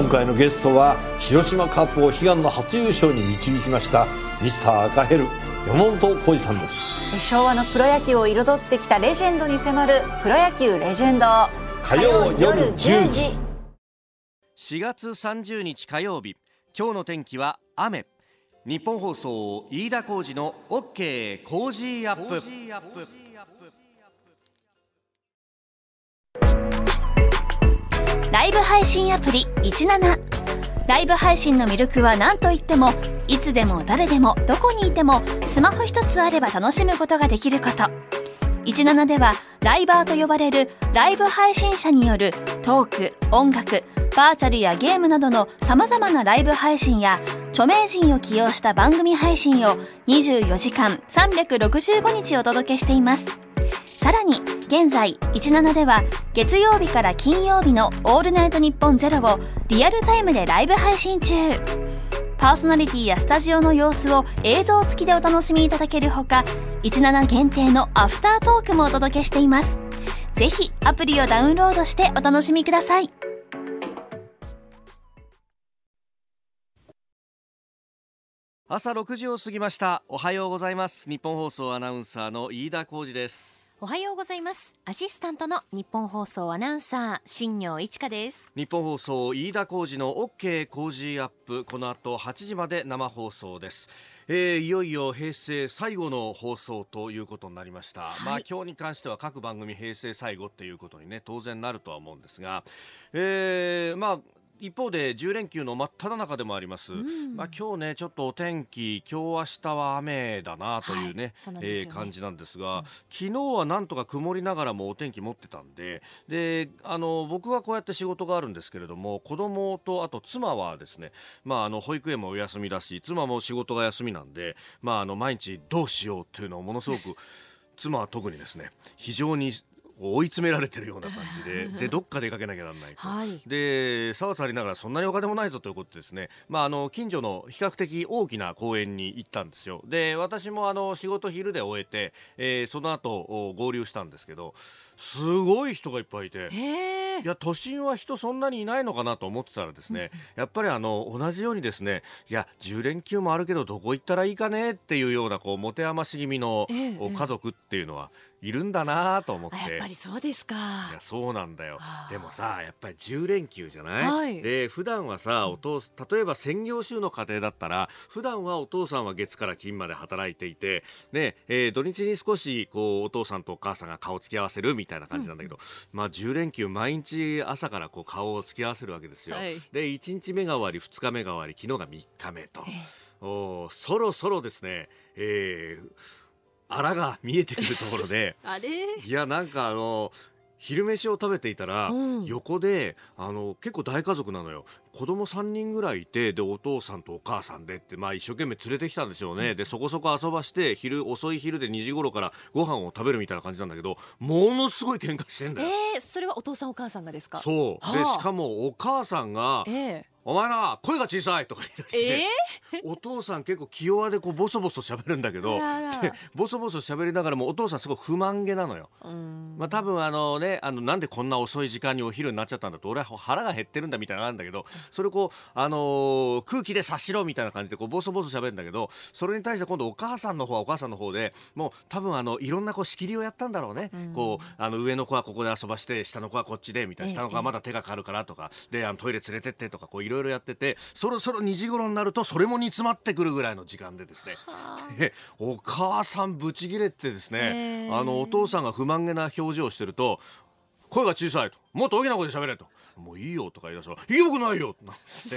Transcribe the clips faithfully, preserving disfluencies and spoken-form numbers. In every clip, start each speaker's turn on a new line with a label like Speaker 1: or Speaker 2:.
Speaker 1: 回のゲストは広島カップを悲願の初優勝に導きましたミスター赤ヘル山本浩二さんです。
Speaker 2: 昭和のプロ野球を彩ってきたレジェンドに迫るプロ野球レジェンド、
Speaker 1: 火曜夜じゅうじ。
Speaker 3: しがつさんじゅうにち火曜日、今日の天気は雨。日本放送飯田浩司の OK コージーアップ。
Speaker 4: ライブ配信アプリいちなな。ライブ配信の魅力は何といっても、いつでも誰でもどこにいてもスマホ一つあれば楽しむことができること。いちななではライバーと呼ばれるライブ配信者によるトーク、音楽、バーチャルやゲームなどの様々なライブ配信や著名人を起用した番組配信をにじゅうよじかんさんびゃくろくじゅうごにちお届けしています。さらに現在いちななでは月曜日から金曜日のオールナイトニッポンゼロをリアルタイムでライブ配信中。パーソナリティやスタジオの様子を映像付きでお楽しみいただけるほか、いちなな限定のアフタートークもお届けしています。ぜひアプリをダウンロードしてお楽しみください。
Speaker 3: 朝ろくじを過ぎました。おはようございます。日本放送アナウンサーの飯田浩司です。
Speaker 5: おはようございます。アシスタントの日本放送アナウンサー新業一華です。
Speaker 3: 日本放送飯田浩司の OK コージーアップ、この後はちじまで生放送です。えー、いよいよ平成最後の放送ということになりました、はい。まあ今日に関しては各番組平成最後っていうことにね、当然なるとは思うんですが、えー、まあ一方でじゅう連休の真っ只中でもあります、うん。まあ、今日ねちょっとお天気今日明日は雨だなというね、はい、えー、感じなんですが、うん、昨日はなんとか曇りながらもお天気持ってたんで、であの僕はこうやって仕事があるんですけれども、子供とあと妻はですね、まあ、あの保育園もお休みだし妻も仕事が休みなんで、まあ、あの毎日どうしようっていうのをものすごく妻は特にですね非常に追い詰められてるような感じで、でどっか出かけなきゃならないと、はい、でさわさわりながらそんなにお金もないぞということでですね、まあ、あの近所の比較的大きな公園に行ったんですよ。で私もあの仕事昼で終えて、えー、その後合流したんですけど、すごい人がいっぱいいて、いや都心は人そんなにいないのかなと思ってたらですね、やっぱりあの同じようにですね、いやじゅう連休もあるけどどこ行ったらいいかねっていうようなこう持て余し気味の家族っていうのはいるんだなと思って。
Speaker 5: やっぱりそうですか。
Speaker 3: いやそうなんだよ。でもさやっぱりじゅう連休じゃない、はい、で普段はさお父例えば専業主婦の家庭だったら普段はお父さんは月から金まで働いていて、ねえー、土日に少しこうお父さんとお母さんが顔つき合わせるみたいな感じなんだけど、うん、まあじゅう連休毎日朝からこう顔をつき合わせるわけですよ、はい、でいちにちめが終わりふつかめが終わり昨日がみっかめと、えー、おそろそろですね、えーあらが見えてくるところで
Speaker 5: あれ
Speaker 3: いやなんかあの昼飯を食べていたら、うん、横であの結構大家族なのよ。子供さんにんぐらいいて、でお父さんとお母さんでって、まあ、一生懸命連れてきたんでしょうね、うん、でそこそこ遊ばして昼遅い昼でにじ頃からご飯を食べるみたいな感じなんだけど、ものすごい喧嘩してんだよ。
Speaker 5: えー、それはお父さんお母さんがですか？
Speaker 3: そうで、しかもお母さんが、えーお前な声が小さいとか言い出して、えー、お父さん結構気弱でこうボソボソ喋るんだけど、あららでボソボソ喋りながらもお父さんすごい不満げなのよ。うん、まあ、多分あのねあのなんでこんな遅い時間にお昼になっちゃったんだと、俺は腹が減ってるんだみたいなのがあるんだけど、それをこう、あのー、空気で察しろみたいな感じでこうボソボソ喋るんだけど、それに対して今度お母さんの方はお母さんの方でもう多分あのいろんなこう仕切りをやったんだろうね、うん、こうあの上の子はここで遊ばして下の子はこっちでみたいな、下の子はまだ手がかかるからとかで、あのトイレ連れてってとかこういろいろやってて、そろそろにじ頃になるとそれも煮詰まってくるぐらいの時間でですね、でお母さんブチギレてですね、あのお父さんが不満げな表情をしてると、声が小さいと、もっと大きな声で喋れと、もういいよとか言い出したら、いいよくないよってなって、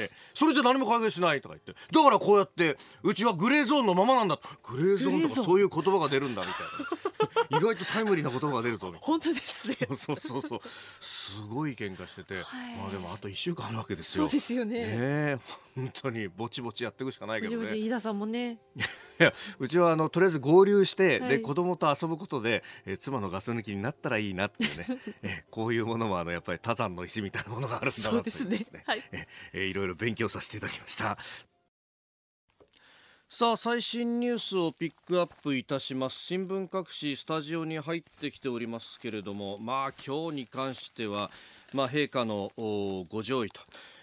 Speaker 3: それじゃ何も解決しないとか言って、だからこうやってうちはグレーゾーンのままなんだと、グレーゾーンとかそういう言葉が出るんだみたいな意外とタイムリーな言葉が出るぞみたいな。
Speaker 5: 本当ですね。
Speaker 3: そうそうそう、すごい喧嘩してて、まあでもあといっしゅうかんあるわけですよ。
Speaker 5: そうですよね。
Speaker 3: ね、本当にぼちぼちやっていくしかないけどね。
Speaker 5: ぼちぼち飯田さんもね
Speaker 3: いやうちはあのとりあえず合流して、はい、で子供と遊ぶことで、え妻のガス抜きになったらいいなっていうねえこういうものもあのやっぱり多山の石みたいなものがあるんだなというですね、そうですね、はい、ええいろいろ勉強させていただきました。さあ最新ニュースをピックアップいたします。新聞各紙スタジオに入ってきておりますけれども、まあ今日に関しては、まあ、陛下のご乗位と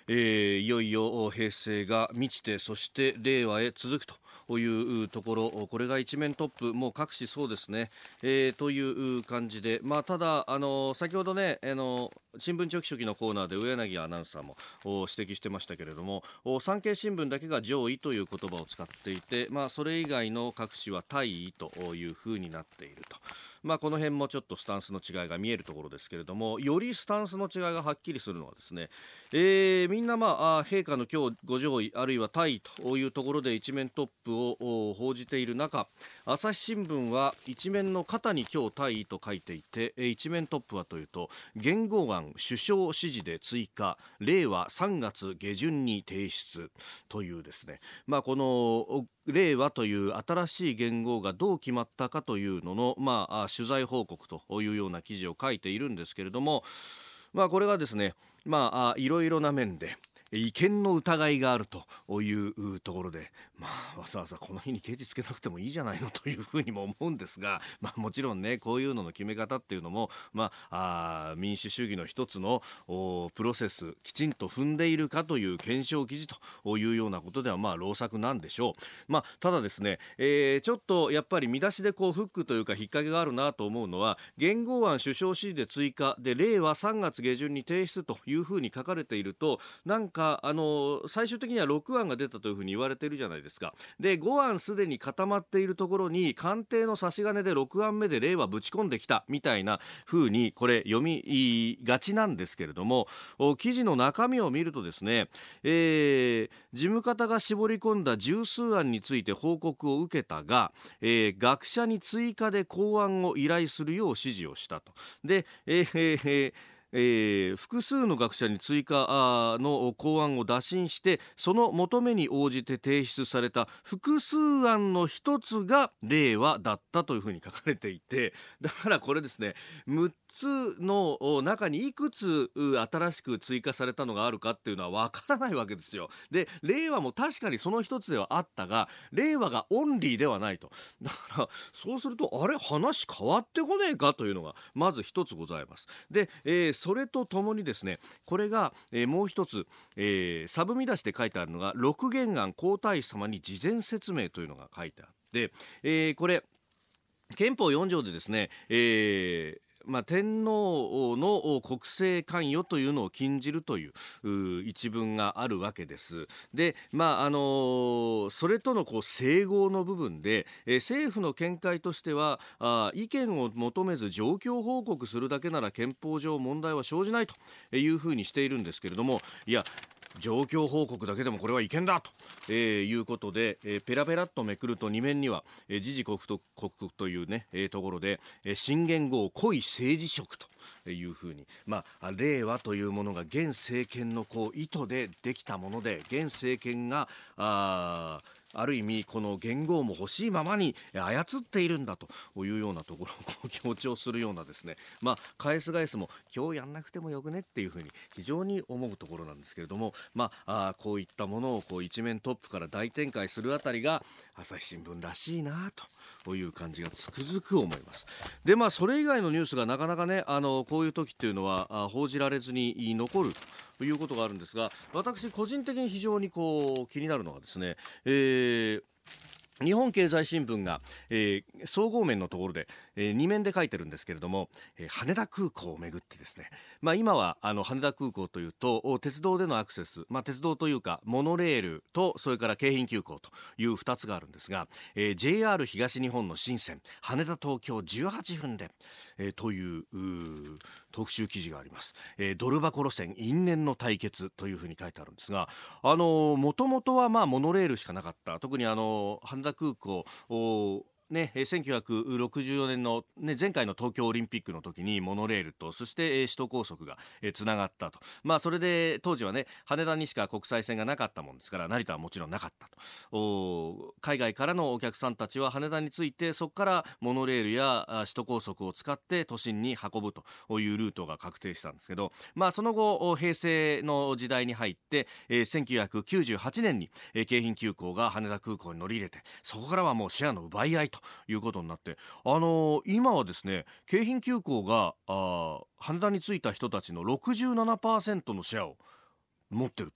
Speaker 3: えー、いよいよ平成が満ちて、そして令和へ続くというところ、これが一面トップ、もう各紙そうですね、えー、という感じで、まあ、ただあの先ほどね、あの新聞チョキチョキのコーナーで上柳アナウンサーも指摘してましたけれども、産経新聞だけが上位という言葉を使っていて、まあ、それ以外の各紙は大位というふうになっていると、まあ、この辺もちょっとスタンスの違いが見えるところですけれども、よりスタンスの違いがはっきりするのはですね、えー、みんな、まあ、陛下の今日ご上位あるいは大位というところで一面トップを報じている中、朝日新聞は一面の肩に今日大位と書いていて、一面トップはというと、元号案首相指示で追加、令和さんがつ下旬に提出というですね、まあ、この令和という新しい元号がどう決まったかというのの、まあ、取材報告というような記事を書いているんですけれども、まあ、これがですね、まあ、いろいろな面で違憲の疑いがあるというところで、まあ、わざわざこの日に刑事つけなくてもいいじゃないのというふうにも思うんですが、まあ、もちろんね、こういうのの決め方っていうのも、まあ、あ民主主義の一つのプロセスきちんと踏んでいるかという検証記事というようなことでは、まあ、労作なんでしょう。まあ、ただですね、えー、ちょっとやっぱり見出しでこうフックというか引っ掛けがあるなと思うのは、元号案首相指示で追加で令和さんがつ下旬に提出というふうに書かれていると、なんかあの最終的にはろくあんが出たというふうに言われているじゃないですか。でごあんすでに固まっているところに官邸の差し金でろくあんめで令和ぶち込んできたみたいなふうにこれ読みがちなんですけれども、記事の中身を見るとですね、えー、事務方が絞り込んだ十数案について報告を受けたが、えー、学者に追加で考案を依頼するよう指示をしたと。で、えーえーえー、複数の学者に追加の考案を打診して、その求めに応じて提出された複数案の一つが令和だったというふうに書かれていて、だからこれですね、むっつの中にいくつ新しく追加されたのがあるかっていうのはわからないわけですよ。で令和も確かにその一つではあったが、令和がオンリーではないと。だからそうすると、あれ話変わってこねえかというのがまず一つございます。で、えー、それとともにですね、これが、えー、もう一つ、えー、サブ見出しで書いてあるのが、六元案皇太子様に事前説明というのが書いてあって、えー、これ憲法よん条でですね、えーまあ、天皇の国政関与というのを禁じるという一文があるわけです。で、まああのそれとのこう整合の部分で、えー、政府の見解としては、あ意見を求めず状況報告するだけなら憲法上問題は生じないというふうにしているんですけれども、いや状況報告だけでもこれは違憲だと、えー、いうことで、えー、ペラペラっとめくるとに面には、えー、時事国と国というね、えー、ところで、えー、新元号濃い政治色というふうに、まあ、令和というものが現政権のこう意図でできたもので、現政権があある意味この元号も欲しいままに操っているんだというようなところを強調するようなですね、まあ、返す返すも今日やんなくてもよくねっていうふうに非常に思うところなんですけれども、まあ、あこういったものをこう一面トップから大展開するあたりが朝日新聞らしいなという感じがつくづく思います。で、まあ、それ以外のニュースがなかなかね、あのこういう時っていうのは報じられずに残るということがあるんですが、私個人的に非常にこう気になるのがですね、えー日本経済新聞が、えー、総合面のところで、えー、に面で書いてるんですけれども、えー、羽田空港をめぐってですね、まあ、今はあの羽田空港というと鉄道でのアクセス、まあ、鉄道というかモノレールとそれから京浜急行というふたつがあるんですが、えー、ジェイアール 東日本の新線羽田東京じゅうはっぷんで、えー、という、う特集記事があります。えー、ドル箱路線因縁の対決というふうに書いてあるんですが、あのもともとはまあモノレールしかなかった。特にあの羽田空港ね、せんきゅうひゃくろくじゅうよねんの、ね、前回の東京オリンピックの時にモノレールとそして首都高速がつながったと、まあ、それで当時はね羽田にしか国際線がなかったもんですから成田はもちろんなかったと。海外からのお客さんたちは羽田に着いてそこからモノレールや首都高速を使って都心に運ぶというルートが確定したんですけど、まあ、その後平成の時代に入ってせんきゅうひゃくきゅうじゅうはちねんに京浜急行が羽田空港に乗り入れて、そこからはもうシェアの奪い合いということになって、あのー、今はですね京浜急行があ羽田に着いた人たちの ろくじゅうななパーセント のシェアを持ってると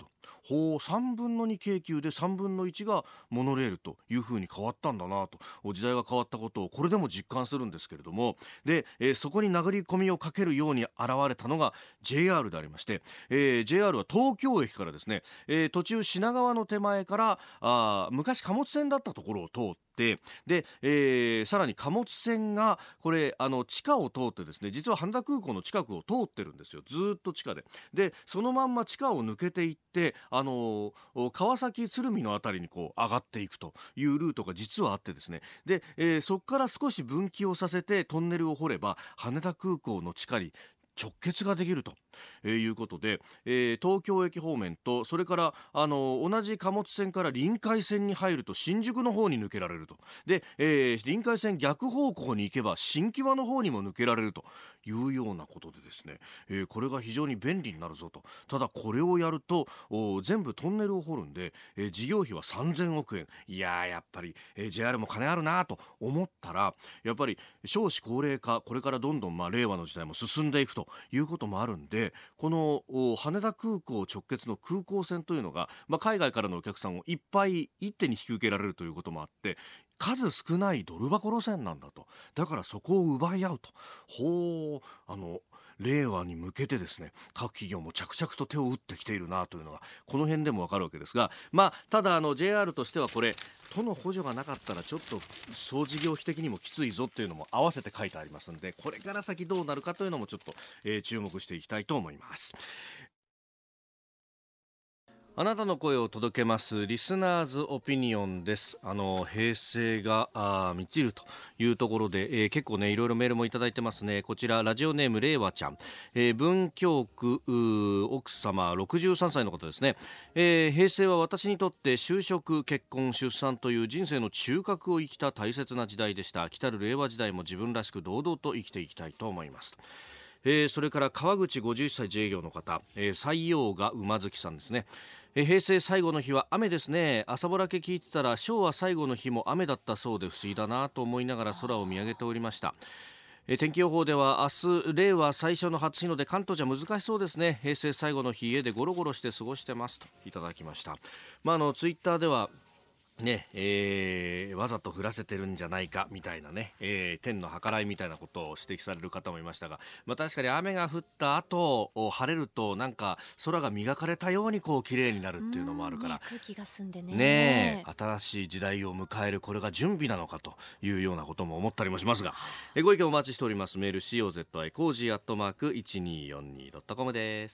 Speaker 3: ほうさんぶんのに京急でさんぶんのいちがモノレールというふうに変わったんだなと、時代が変わったことをこれでも実感するんですけれども、で、えー、そこに殴り込みをかけるように現れたのが ジェイアール でありまして、えー、ジェイアール は東京駅からですね、えー、途中品川の手前からあ昔貨物線だったところを通ってで、えー、さらに貨物線がこれあの地下を通ってですね、実は羽田空港の近くを通ってるんですよ。ずっと地下ででそのまんま地下を抜けていってあの川崎鶴見のあたりにこう上がっていくというルートが実はあってですね、で、えー、そこから少し分岐をさせてトンネルを掘れば羽田空港の地下に直結ができると、えー、いうことで、えー、東京駅方面とそれからあの同じ貨物線から臨海線に入ると新宿の方に抜けられると。で、えー、臨海線逆方向に行けば新木場の方にも抜けられるというようなことでですね、えー、これが非常に便利になるぞと。ただこれをやると全部トンネルを掘るんで、えー、事業費はさんぜんおくえん。いやーやっぱり、えー、ジェイアール も金あるなと思ったら、やっぱり少子高齢化これからどんどんまあ令和の時代も進んでいくということもあるんで、この羽田空港直結の空港線というのが、まあ、海外からのお客さんをいっぱい一手に引き受けられるということもあって、数少ないドル箱路線なんだと。だからそこを奪い合うと。ほう、あの令和に向けてですね、各企業も着々と手を打ってきているなというのがこの辺でもわかるわけですが、まあただあの ジェイアール としてはこれ都の補助がなかったらちょっと総事業費的にもきついぞっていうのも合わせて書いてありますので、これから先どうなるかというのもちょっと、えー、注目していきたいと思います。あなたの声を届けますリスナーズオピニオンです。あの平成があ満ちるというところで、えー、結構ねいろいろメールもいただいてますね。こちらラジオネームれいわちゃん、えー、文京区奥様ろくじゅうさんさいの方ですね、えー、平成は私にとって就職結婚出産という人生の中核を生きた大切な時代でした。来たる令和時代も自分らしく堂々と生きていきたいと思います。えー、それから川口ごじゅっさい自営業の方、えー、採用が馬月さんですね。平成最後の日は雨ですね。朝ぼらけ聞いてたら昭和最後の日も雨だったそうで不思議だなと思いながら空を見上げておりました。天気予報では明日令和最初の初日の出、関東じゃ難しそうですね。平成最後の日家でゴロゴロして過ごしてますといただきました。まあ、あのツイッターではねえー、わざと降らせてるんじゃないかみたいなね、えー、天の計らいみたいなことを指摘される方もいましたが、まあ、確かに雨が降った後晴れるとなんか空が磨かれたようにこう綺麗になるっていうのもあるから、
Speaker 5: ね、空気が澄んで ね,
Speaker 3: ね新しい時代を迎えるこれが準備なのかというようなことも思ったりもしますが、えご意見お待ちしております。メール コー コージー アットマーク いちにーよんにー ドットコム です。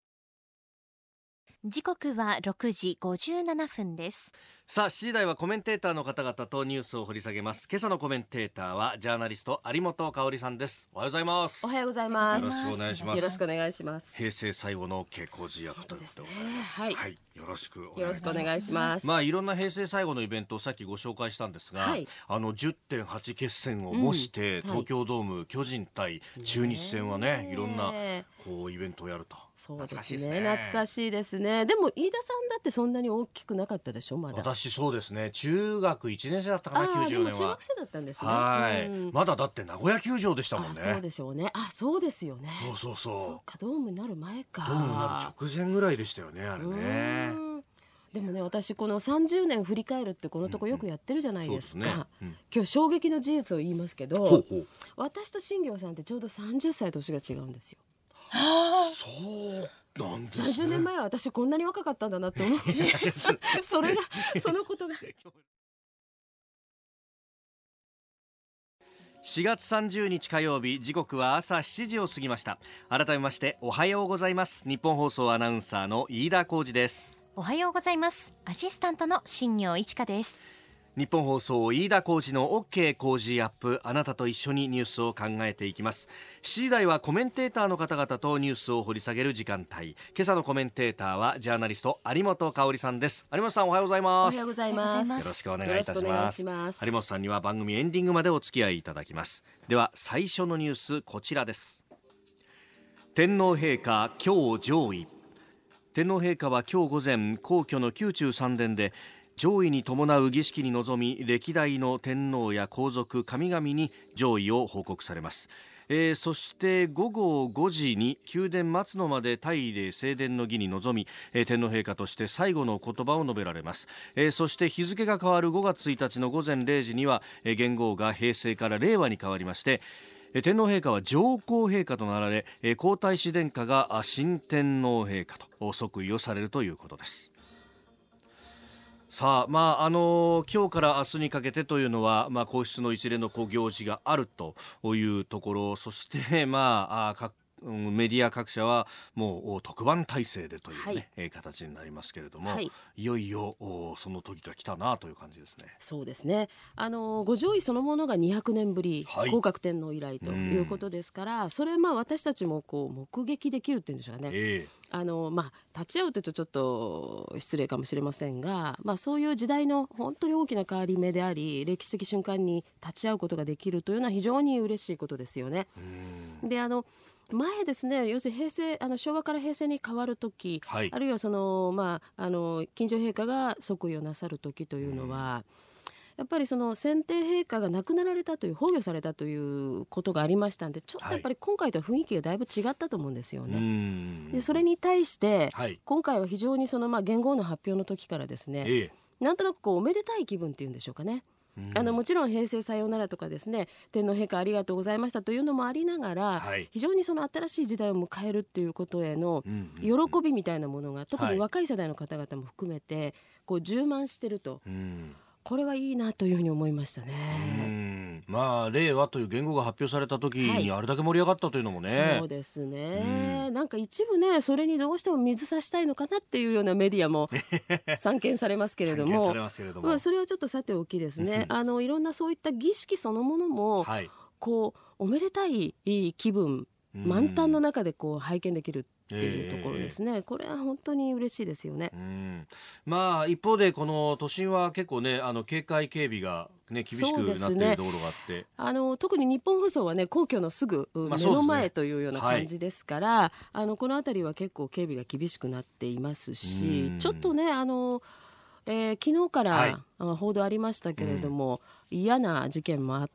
Speaker 5: 時刻はろくじごじゅうななふんです。
Speaker 3: さあしちじ台はコメンテーターの方々とニュースを掘り下げます。今朝のコメンテーターはジャーナリスト有本香里さんです。おはようございます。
Speaker 6: おはようございます。
Speaker 3: よろしくお願いします。
Speaker 6: よろしくお願いします。
Speaker 3: 平成最後の傾向時役ということでございます。
Speaker 6: はい、
Speaker 3: はい、よろしくお願いします。
Speaker 6: よろしくお願いします。
Speaker 3: まあいろんな平成最後のイベントをさっきご紹介したんですが、はい、あの じゅってんはち 決戦を模して、うん、東京ドーム、はい、巨人対中日戦はね、いろんなこうイベントをやると。
Speaker 6: そうですね、懐かしいですね。でも飯田さんだってそんなに大きくなかったでしょ。まだ
Speaker 3: 私そうですね、中学いちねん生だったかな。きゅうじゅうねんは
Speaker 6: でも中学生だったんですね。
Speaker 3: はい、うん、まだだって名古屋球場でしたもんね。
Speaker 6: そうでしょうね。あ、そうですよね。
Speaker 3: そうそうそう。
Speaker 6: そうか、ドームになる前か。
Speaker 3: ドームになる直前ぐらいでしたよね、あれね。
Speaker 6: でもね、私このさんじゅうねん振り返るってこのとこよくやってるじゃないですか、うんね、うん、今日衝撃の事実を言いますけど、ほうほう、私と新行さんってちょうどさんじゅっさい年が違うんですよ。
Speaker 3: はあ、そうなんですね。
Speaker 6: さんじゅうねんまえは私こんなに若かったんだなって思うそれがそのことが
Speaker 3: しがつさんじゅうにち火曜日、時刻は朝しちじを過ぎました。改めましておはようございます。日本放送アナウンサーの飯田浩司です。
Speaker 5: おはようございます。アシスタントの新業一華です。
Speaker 3: 日本放送飯田浩司の OK 工事アップ、あなたと一緒にニュースを考えていきます。しちじ台はコメンテーターの方々とニュースを掘り下げる時間帯。今朝のコメンテーターはジャーナリスト有本香里さんです。有本さん、おはようございます。
Speaker 6: おはようございます。
Speaker 3: よろしくお願いいたします。有本さんには番組エンディングまでお付き合いいただきます。では最初のニュース、こちらです。天皇陛下今日上位。天皇陛下は今日午前、皇居の宮中三殿で上位に伴う儀式に臨み、歴代の天皇や皇族、神々に上位を報告されます。 えー、そして午後ごじに宮殿松の間で大礼正殿の儀に臨み、えー、天皇陛下として最後の言葉を述べられます。えー、そして日付が変わるごがつついたちの午前れいじには、えー、元号が平成から令和に変わりまして、天皇陛下は上皇陛下となられ、皇太子殿下が新天皇陛下と即位をされるということです。さあ、まああの今日から明日にかけてというのは、まあ、皇室の一連のこう行事があるというところ、そして、まあ、あ各メディア各社はもう特番体制でという、ねはい、形になりますけれども、はい、いよいよその時が来たなという感じですね。
Speaker 6: そうですね、あのご上位そのものがにひゃくねんぶり、はい、皇格天皇以来ということですから、それはまあ私たちもこう目撃できるっていうんでしょうかね、えー、あのまあ、立ち会うというとちょっと失礼かもしれませんが、まあ、そういう時代の本当に大きな変わり目であり、歴史的瞬間に立ち会うことができるというのは非常に嬉しいことですよね。で、あの前ですね、要するに平成あの昭和から平成に変わるとき、はい、あるいはその、まあ、あの近所陛下が即位をなさるときというのは、やっぱりその先帝陛下が亡くなられたという崩御されたということがありましたんで、ちょっとやっぱり今回とは雰囲気がだいぶ違ったと思うんですよね。はい、でそれに対して、はい、今回は非常にその、まあ、元号の発表の時からですね、ええ、なんとなくこうおめでたい気分っていうんでしょうかね。あのもちろん平成さようならとかですね、天皇陛下ありがとうございましたというのもありながら、はい、非常にその新しい時代を迎えるっていうことへの喜びみたいなものが、特に若い世代の方々も含めてこう充満してると、これはいいなというふうに思いましたね。
Speaker 3: うん、まあ、令和という言語が発表された時にあれだけ盛り上がったというのもね、
Speaker 6: はい、そうですね、なんか一部ね、それにどうしても水差したいのかなっていうようなメディアも散見されますけれどもまあ、それはちょっとさておきですねあのいろんなそういった儀式そのものも、はい、こうおめでたい気分満タンの中でこう拝見できるっていうところですね、えー、これは本当に嬉しいですよね。
Speaker 3: うん、まあ、一方でこの都心は結構ね、あの警戒警備が、ね、厳しくなっているところがあって、ね、
Speaker 6: あの特に日本放送は、ね、皇居のすぐ目の前というような感じですから、まあそうですね、はい、あのこの辺りは結構警備が厳しくなっていますし、ちょっとねあのえー、昨日から、はい、報道ありましたけれども、うん、嫌な事件もあって、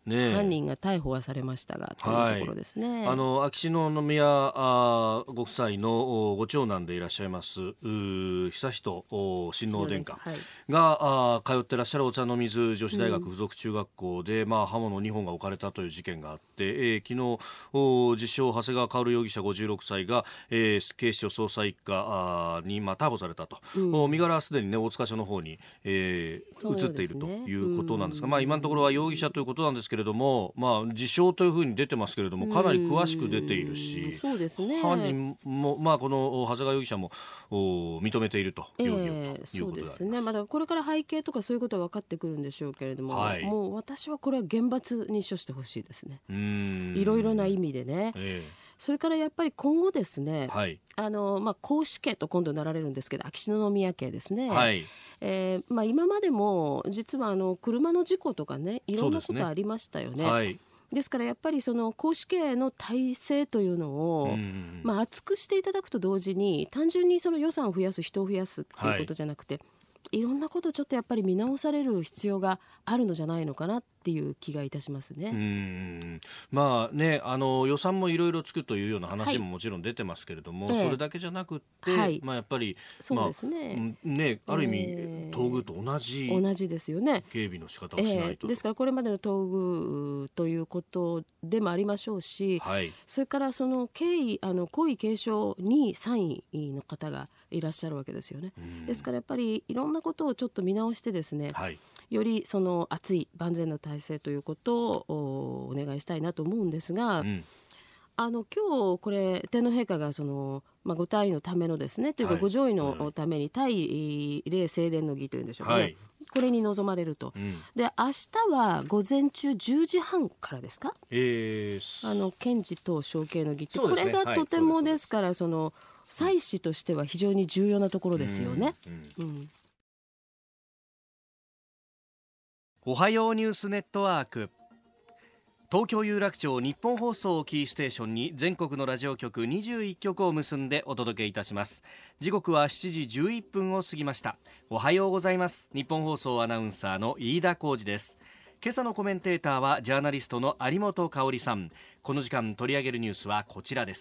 Speaker 6: ね、犯人が逮捕はされましたがというところですね。
Speaker 3: はい、あの秋篠宮あご夫妻のご長男でいらっしゃいます悠仁親王殿下が、はい、通ってらっしゃるお茶の水女子大学附属中学校で、うん、まあ、刃物にほんが置かれたという事件があって、えー、昨日自称長谷川薫容疑者ごじゅうろくさいが、えー、警視庁捜査一課に、まあ、逮捕されたと、うん、身柄はすでに、ね、大塚署の方に、えー、移っているということなんですが、まあ、今のところは容疑者ということなんですけれども、まあ、自称というふうに出てますけれども、かなり詳しく出ているし、
Speaker 6: そうですね、
Speaker 3: 犯人も、まあ、この長谷川容疑者も認めていると容疑を、えー、ということであります。そうですね、まだ
Speaker 6: これから背景とかそういうことは分かってくるんでしょうけれども、はい、もう私はこれは厳罰に処してほしいですね。うーん、いろいろな意味でね、えーそれからやっぱり今後ですね、はい、あのまあ、皇嗣家と今度なられるんですけど、秋篠宮家ですね、はい、えーまあ、今までも実はあの車の事故とかね、いろんなことありましたよね。はい、ですからやっぱりその皇嗣家の体制というのを、まあ、厚くしていただくと同時に、単純にその予算を増やす、人を増やすっていうことじゃなくて、はい、いろんなことをちょっとやっぱり見直される必要があるのじゃないのかなっていう気がいたしますね。うーん、
Speaker 3: まあね、あの予算もいろいろつくというような話ももちろん出てますけれども、はい、それだけじゃなくって、はい、まあ、やっぱりそうですね、まあね、ある意味、えー、東宮と同じ
Speaker 6: 同じですよね、
Speaker 3: 警備の仕方をしないと、
Speaker 6: えー、ですからこれまでの東宮ということでもありましょうし、はい、それからその敬意あの皇位継承にさんいの方がいらっしゃるわけですよね。ですからやっぱりいろんなことをちょっと見直してですね、はい、よりその厚い万全の体制ということをお願いしたいなと思うんですが、うん、あの今日これ天皇陛下がその、まあ、ご退位のためのですねというか、はい、ご上位のために大礼正殿の儀というんでしょうかね、はい、これに臨まれると、うん、で明日は午前中じゅうじはんからですか、えー、あの検事等承継の儀って、ね、これがとてもですから、はい、その祭祀としては非常に重要なところですよね。うんうんうん、
Speaker 3: おはようニュースネットワーク、東京有楽町日本放送をキーステーションに全国のラジオ局にじゅういっきょくを結んでお届けいたします。時刻はしちじじゅういっぷんを過ぎました。おはようございます。日本放送アナウンサーの飯田浩司です。 今朝のコメンテーターはジャーナリストの有本香里さん。この時間取り上げるニュースはこちらです。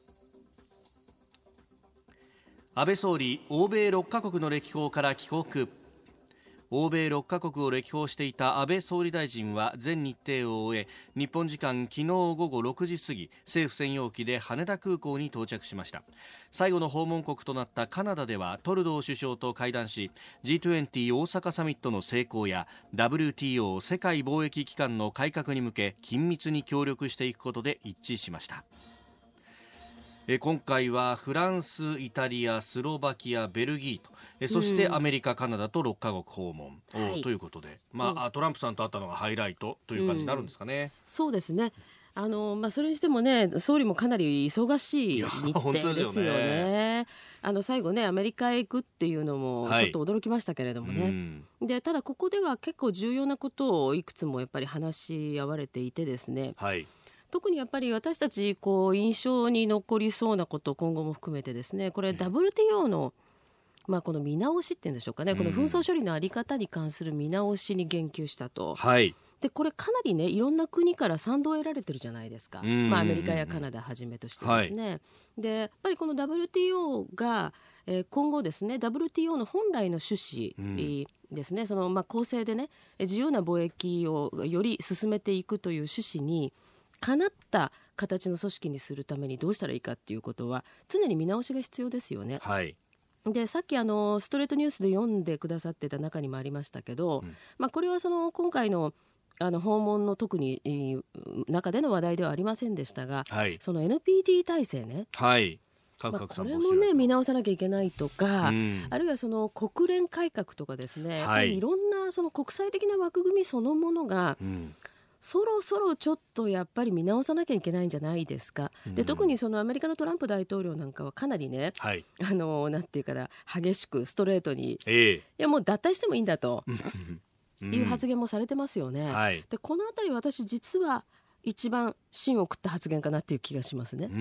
Speaker 3: 安倍総理、欧米ろっカ国の歴訪から帰国。欧米ろっカ国を歴訪していた安倍総理大臣は全日程を終え、日本時間昨日午後ろくじ過ぎ、政府専用機で羽田空港に到着しました。最後の訪問国となったカナダではトルドー首相と会談し、 ジートゥエンティー 大阪サミットの成功や ダブリューティーオー 世界貿易機関の改革に向け緊密に協力していくことで一致しました。え今回はフランス、イタリア、スロバキア、ベルギーと、えそしてアメリカ、カナダとろっカ国訪問、はい、ということで、まあ、うん、トランプさんと会ったのがハイライトという感じになるんですかね。うん、そうですね。
Speaker 6: あのまあ、それにしてもね、総理もかなり忙しい日程ですよね。あの最後ね、アメリカへ行くっていうのもちょっと驚きましたけれどもね、はい、うん、でただここでは結構重要なことをいくつもやっぱり話し合われていてですね、はい、特にやっぱり私たちこう印象に残りそうなことを今後も含めてですね、これ ダブリューティーオー の、まあ、この見直しっていうんでしょうかね、この紛争処理のあり方に関する見直しに言及したと、はい、でこれかなりね、いろんな国から賛同を得られてるじゃないですか、まあ、アメリカやカナダはじめとしてですね、はい、でやっぱりこの ダブリューティーオー が、えー、今後ですね ダブリューティーオー の本来の趣旨ですね、そのまあ公正でね自由な貿易をより進めていくという趣旨にかなった形の組織にするためにどうしたらいいかっていうことは常に見直しが必要ですよね。はい、でさっきあのストレートニュースで読んでくださってた中にもありましたけど、うん、まあ、これはその今回のあの訪問の特に、えー、中での話題ではありませんでしたが、はい、その エヌピーティー 体制ね、はい、まあ、これもね見直さなきゃいけないとか、うん、あるいはその国連改革とかですね、はい、やっぱりいろんなその国際的な枠組みそのものが、うん、そろそろちょっとやっぱり見直さなきゃいけないんじゃないですか。で特にそのアメリカのトランプ大統領なんかはかなりね、はい、あのなんていうかな、激しくストレートに、えー、いやもう脱退してもいいんだという発言もされてますよね、うん、はい、でこのあたり私実は一番芯を食った発言かなっていう気がしますね。うん、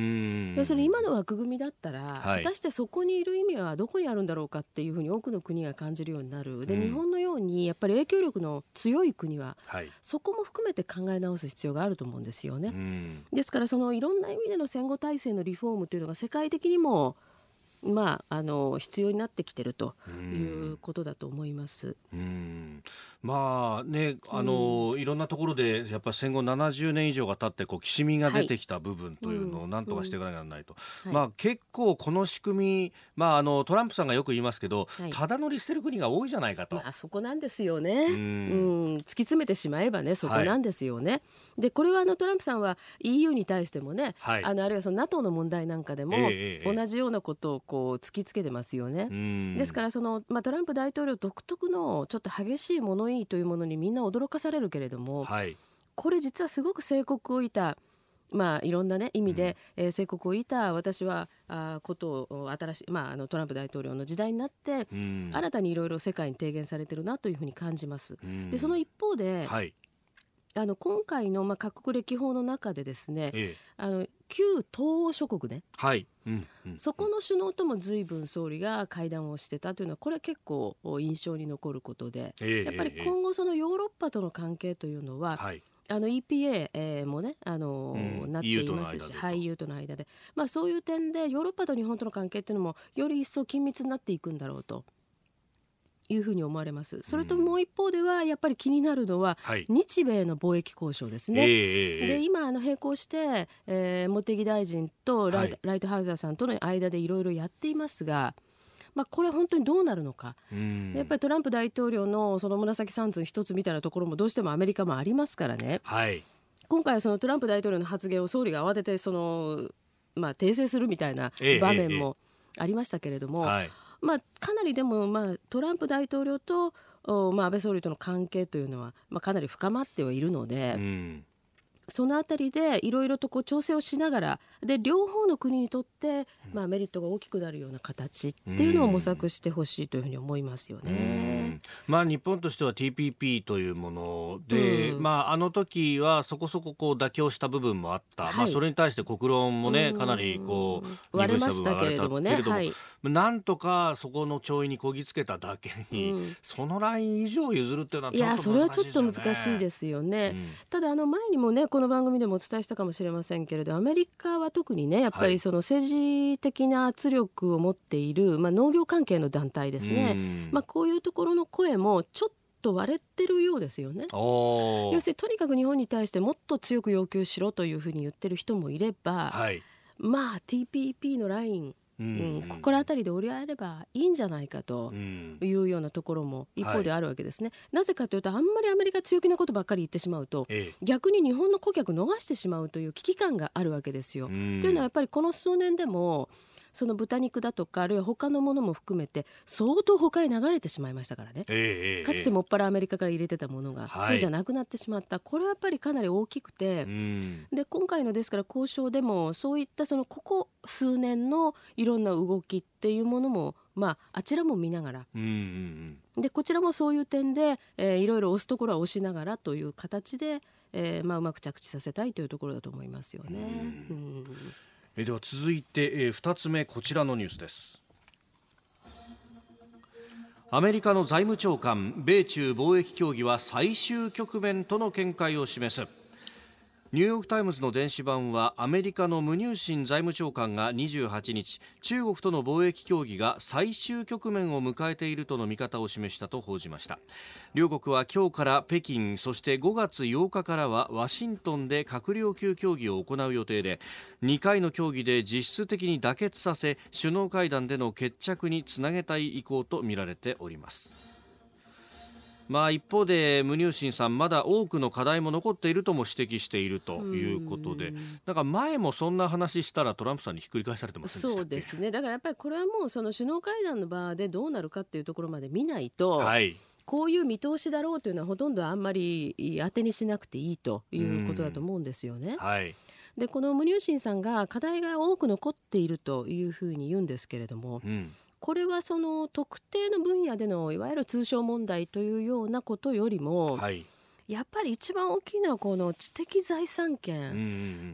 Speaker 6: 要するに今の枠組みだったら、はい、果たしてそこにいる意味はどこにあるんだろうかっていうふうに多くの国が感じるようになる。で、うん、日本のようにやっぱり影響力の強い国は、はい、そこも含めて考え直す必要があると思うんですよね。うん、ですからそのいろんな意味での戦後体制のリフォームというのが世界的にもまあ、あの必要になってきてるということだと思います。うん、
Speaker 3: まあね、あの、うん、いろんなところでやっぱ戦後ななじゅうねん以上が経ってこうきしみが出てきた部分というのを何とかしていかなきゃならないと、はい、まあ、結構この仕組み、まあ、あのトランプさんがよく言いますけど、はい、ただ乗りしてる国が多いじゃないかと、
Speaker 6: まあ、そこなんですよね。うん、うん、突き詰めてしまえばね、そこなんですよね。はい、でこれはあのトランプさんは イーユー に対してもね、はい、あのあるいはその ナトー の問題なんかでも、えー、同じようなことをこうこう突きつけてますよね。ですからその、まあ、トランプ大統領独特のちょっと激しい物言いというものにみんな驚かされるけれども、はい、これ実はすごく正国をいた、まあ、いろんな、ね、意味で、うん、えー、正国をいた私はあことを新しい、まあ、あのトランプ大統領の時代になって、うん、新たにいろいろ世界に提言されてるなというふうに感じます。でその一方で、はい、あの今回の、まあ、各国歴訪の中でですね、ええ、あの旧東欧諸国ね、はい、うんうん、そこの首脳とも随分総理が会談をしてたというのはこれは結構印象に残ることで、ええ、やっぱり今後そのヨーロッパとの関係というのは、はい、あの イーピーエー、えー、もね、あのーうん、なっていますし、はい、イーユー との間で、まあ、そういう点でヨーロッパと日本との関係というのもより一層緊密になっていくんだろうというふうに思われます。それともう一方ではやっぱり気になるのは、はい、日米の貿易交渉ですね。えー、で今あの並行して、えー、茂木大臣とライト、はい、ライトハウザーさんとの間でいろいろやっていますが、まあ、これ本当にどうなるのか。やっぱりトランプ大統領のその紫三寸一つみたいなところもどうしてもアメリカもありますからね、はい、今回はそのトランプ大統領の発言を総理が慌ててその、まあ、訂正するみたいな場面もありましたけれども、えーえーはい、まあ、かなりでも、まあ、トランプ大統領と、まあ、安倍総理との関係というのは、まあ、かなり深まってはいるので、うん、 そのあたりでいろいろとこう調整をしながらで両方の国にとって、まあ、メリットが大きくなるような形っていうのを模索してほしいというふうに思いますよね。
Speaker 3: うんまあ、日本としては ティーピーピー というもので、うんまあ、あの時はそこそここう妥協した部分もあった、はいまあ、それに対して国論もねかなりこう
Speaker 6: 割れましたけれどもね、はい、
Speaker 3: なんとかそこの調印にこぎつけただけに、うん、そのライン以上譲るっていうのはちょっと難しいですよね。いやそれはちょっと
Speaker 6: 難しいですよね、うん、ただあの前にもねこの番組でもお伝えしたかもしれませんけれどアメリカは特にねやっぱりその政治的な圧力を持っている、まあ、農業関係の団体ですね、うんまあ、こういうところの声もちょっと割れてるようですよね。要するにとにかく日本に対してもっと強く要求しろというふうに言ってる人もいれば、はい、まあ ティーピーピー のラインうんうん、心当たりで折り合えればいいんじゃないかというようなところも一方であるわけですね、はい、なぜかというとあんまりアメリカ強気なことばっかり言ってしまうと、ええ、逆に日本の顧客逃してしまうという危機感があるわけですよ。というのはやっぱりこの数年でもその豚肉だとかあるいは他のものも含めて相当他へ流れてしまいましたからね、えー、かつてもっぱらアメリカから入れてたものが、はい、そうじゃなくなってしまった。これはやっぱりかなり大きくて、うん、で今回のですから交渉でもそういったそのここ数年のいろんな動きっていうものも、まあ、あちらも見ながら、うんうんうん、でこちらもそういう点で、えー、いろいろ押すところは押しながらという形で、えーまあ、うまく着地させたいというところだと思いますよね。うん、うん
Speaker 3: えでは続いて、えー、ふたつめこちらのニュースです。アメリカの財務長官米中貿易協議は最終局面との見解を示す。ニューヨークタイムズの電子版はアメリカのムニューシン財務長官がにじゅうはちにち中国との貿易協議が最終局面を迎えているとの見方を示したと報じました。両国は今日から北京そしてごがつようかからはワシントンで閣僚級協議を行う予定でにかいの協議で実質的に妥結させ首脳会談での決着につなげたい意向とみられております。まあ、一方でムニューシンさんまだ多くの課題も残っているとも指摘しているということでなんか前もそんな話したらトランプさんにひっくり返されてませんでしたっけ。
Speaker 6: そうですね。だからやっぱりこれはもうその首脳会談の場でどうなるかっていうところまで見ないと、はい、こういう見通しだろうというのはほとんどあんまり当てにしなくていいということだと思うんですよね。はい、でこのムニューシンさんが課題が多く残っているというふうに言うんですけれども、うんこれはその特定の分野でのいわゆる通商問題というようなことよりも、はい、やっぱり一番大きいのはこの知的財産権、うんうんうん、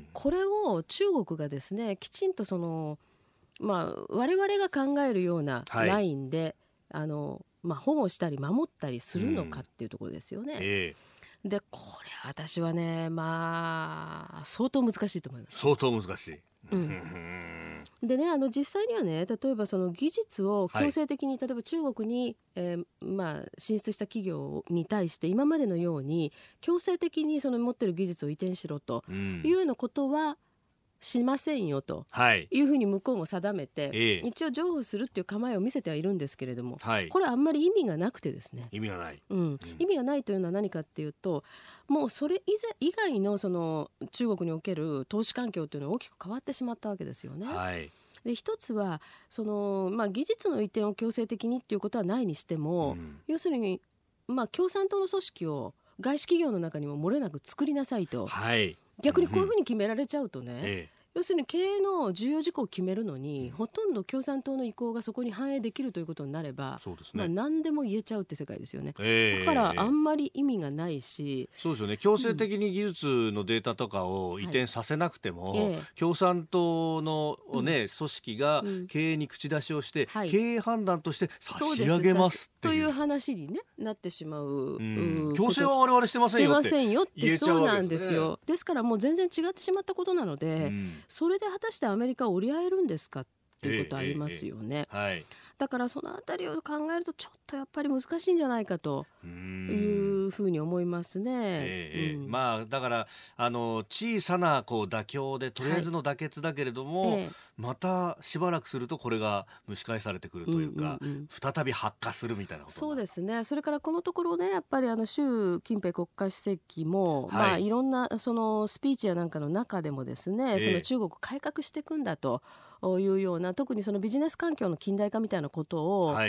Speaker 6: これを中国がですねきちんとその、まあ、我々が考えるようなラインで、はい、あのまあ、保護したり守ったりするのかっていうところですよね。うんえー、でこれ私はね、まあ、相当難しいと思います。
Speaker 3: 相当難しい
Speaker 6: うんでね、あの実際にはね例えばその技術を強制的に、はい、例えば中国に、えーまあ、進出した企業に対して今までのように強制的にその持ってる技術を移転しろというようなことはしませんよというふうに向こうも定めて、はい、一応譲歩するっていう構えを見せてはいるんですけれども、はい、これはあんまり意味がなくてですね
Speaker 3: 意味がない、
Speaker 6: うんうん、意味がないというのは何かっていうともうそれ以前以外のその中国における投資環境というのは大きく変わってしまったわけですよね。はいで一つはその、まあ、技術の移転を強制的にっていうことはないにしても、うん、要するに、まあ、共産党の組織を外資企業の中にも漏れなく作りなさいと、はい、逆にこういうふうに決められちゃうとね、うんええ要するに経営の重要事項を決めるのに、うん、ほとんど共産党の意向がそこに反映できるということになればそうですね、まあ、何でも言えちゃうって世界ですよね、えー、だからあんまり意味がないし
Speaker 3: そうですよね強制的に技術のデータとかを移転させなくても、はいえー、共産党の、ねうん、組織が経営に口出しをして、うん、経営判断として差し上げますっていう、
Speaker 6: という話に、ね、なってしまう、
Speaker 3: うん、強制は我々してませんよって言えちゃうわけですね。
Speaker 6: そうなんですよ。ですからもう全然違ってしまったことなので、うんそれで果たしてアメリカを折り合えるんですかっていうことありますよね、えーえーはい、だからそのあたりを考えるとちょっとやっぱり難しいんじゃないかというふうに思いますね、
Speaker 3: えーうん、まあだからあの小さなこう妥協でとりあえずの妥結だけれども、はいえー、またしばらくするとこれが蒸し返されてくるというか、うんうんうん、再び発火するみたいなこと
Speaker 6: そうですね。それからこのところねやっぱりあの習近平国家主席も、はいまあ、いろんなそのスピーチやなんかの中でもですね、えー、その中国を改革していくんだというような特にそのビジネス環境の近代化みたいなことを、はい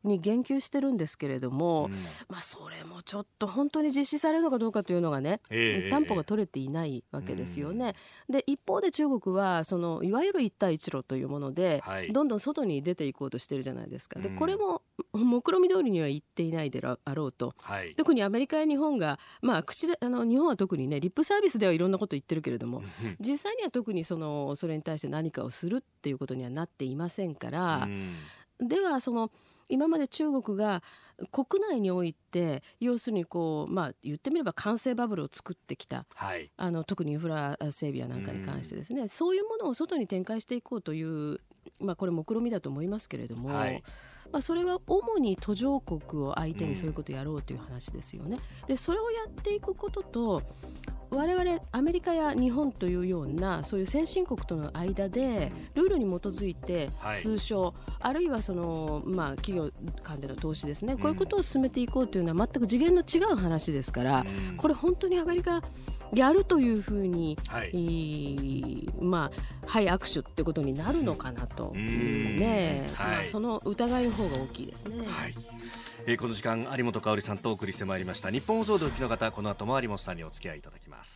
Speaker 6: に言及してるんですけれども、うん、まあ、それもちょっと本当に実施されるのかどうかというのがね、えー、担保が取れていないわけですよね、うん、で一方で中国はそのいわゆる一帯一路というもので、はい、どんどん外に出ていこうとしてるじゃないですか。でこれも目論見通りには言っていないであろうと、はい、特にアメリカや日本が、まあ、口であの日本は特にねリップサービスではいろんなこと言ってるけれども実際には特にそのそれに対して何かをするっていうことにはなっていませんから、うん、ではその今まで中国が国内において要するにこう、まあ、言ってみれば完成バブルを作ってきた、はい、あの特にインフラ整備やなんかに関してですね、うん、そういうものを外に展開していこうという、まあ、これ目論見だと思いますけれども、はい、まあ、それは主に途上国を相手にそういうことをやろうという話ですよね、うん、でそれをやっていくことと我々アメリカや日本というようなそういう先進国との間でルールに基づいて通商、はい、あるいはその、まあ、企業間での投資ですね、こういうことを進めていこうというのは全く次元の違う話ですから、うん、これ本当にアメリカやるというふうに、はい、まあ、はい握手ってことになるのかなと、うん、ね、はい、まあ、その疑いの方が大きいですね、はい。
Speaker 3: えー、この時間有本香里さんとお送りしてまいりました。日本放送でお聞きの方、この後も有本さんにお付き合いいただきます。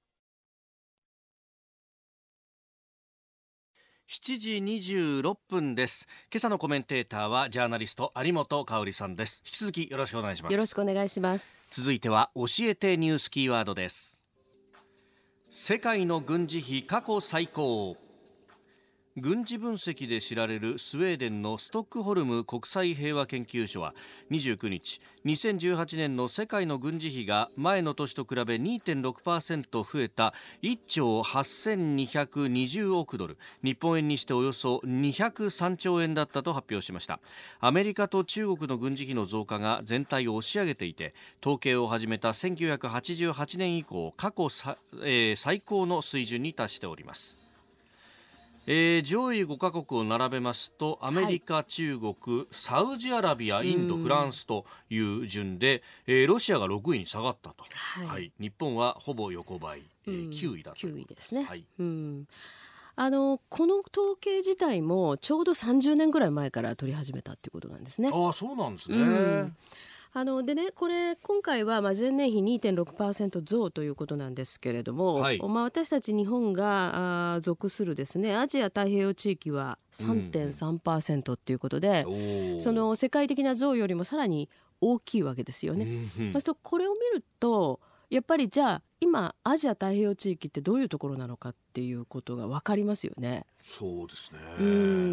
Speaker 3: しちじにじゅうろっぷんです。今朝のコメンテーターはジャーナリスト有本香里さんです。引き続きよろしくお願いします。
Speaker 6: よろしくお願いします。
Speaker 3: 続いては教えてニュースキーワードです。世界の軍事費過去最高。軍事分析で知られるスウェーデンのストックホルム国際平和研究所はにじゅうくにち、にせんじゅうはちねんの世界の軍事費が前の年と比べ にてんろくパーセント 増えたいっちょうはっせんにひゃくにじゅうおくドル、日本円にしておよそにひゃくさんちょうえんだったと発表しました。アメリカと中国の軍事費の増加が全体を押し上げていて、統計を始めたせんきゅうひゃくはちじゅうはちねん以降過去さ、えー、最高の水準に達しております。えー、上位ごカ国を並べますとアメリカ、はい、中国、サウジアラビア、インド、フランスという順で、えー、ロシアがろくいに下がったと、はいはい、日本はほぼ横ばい、えー、きゅういだと。
Speaker 6: きゅういですね、はい。うん、あのこの統計自体もちょうどさんじゅうねんぐらい前から取り始めたということなんですね。
Speaker 3: ああ、そうなんですね、うん。
Speaker 6: あのでね、これ今回はまあ前年比 にてんろくパーセント 増ということなんですけれども、はい、まあ、私たち日本があ属するですねアジア太平洋地域は さんてんさんパーセント ということで、うん、その世界的な増よりもさらに大きいわけですよね、うん、そうするとこれを見るとやっぱりじゃあ今アジア太平洋地域ってどういうところなのかっていうことが分かりますよね。
Speaker 3: そうですね。
Speaker 6: うん、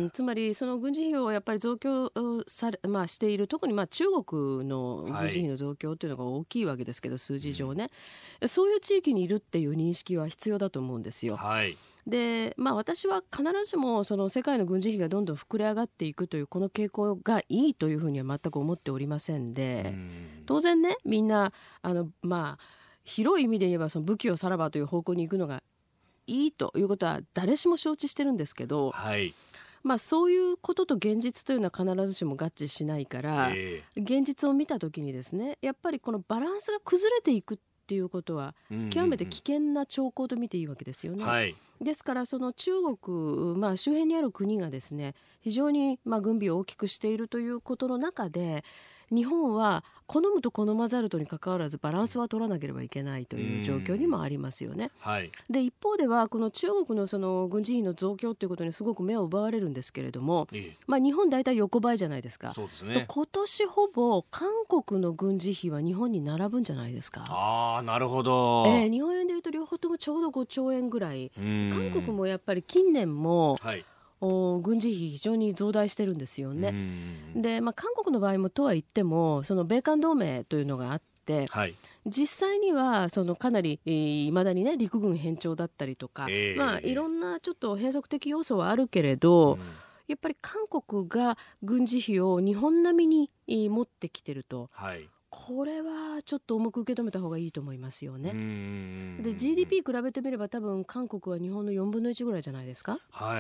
Speaker 6: つまりその軍事費をやっぱり増強され、まあ、している、特にまあ中国の軍事費の増強というのが大きいわけですけど、はい、数字上ね、うん、そういう地域にいるっていう認識は必要だと思うんですよ。はい。で、まあ、私は必ずしもその世界の軍事費がどんどん膨れ上がっていくというこの傾向がいいというふうには全く思っておりませんで、うん、当然ね、みんなあのまあ広い意味で言えばその武器をさらばという方向に行くのがいいということは誰しも承知してるんですけど、はい、まあ、そういうことと現実というのは必ずしも合致しないから、えー、現実を見た時にですね、やっぱりこのバランスが崩れていくっていうことは極めて危険な兆候と見ていいわけですよね、はい。ですからその中国、まあ、周辺にある国がですね非常にまあ軍備を大きくしているということの中で、日本は好むと好まざるとにかかわらずバランスは取らなければいけないという状況にもありますよね、はい。で一方ではこの中国のその軍事費の増強ということにすごく目を奪われるんですけれども、ええ、まあ、日本大体横ばいじゃないですか。
Speaker 3: そうですね。
Speaker 6: 今年ほぼ韓国の軍事費は日本に並ぶんじゃないですか。
Speaker 3: あー、なるほど、
Speaker 6: えー、日本円でいうと両方ともちょうどごちょうえんぐらい。韓国もやっぱり近年も、はい、軍事費非常に増大してるんですよね。で、まあ、韓国の場合もとは言ってもその米韓同盟というのがあって、はい、実際にはそのかなりいまだにね陸軍偏重だったりとか、えーまあ、いろんなちょっと変則的要素はあるけれど、うん、やっぱり韓国が軍事費を日本並みに持ってきてると、はい、これはちょっと重く受け止めた方がいいと思いますよね。で ジーディーピー 比べてみれば多分韓国は日本のよんぶんのいちぐらいじゃないですか。
Speaker 3: はい、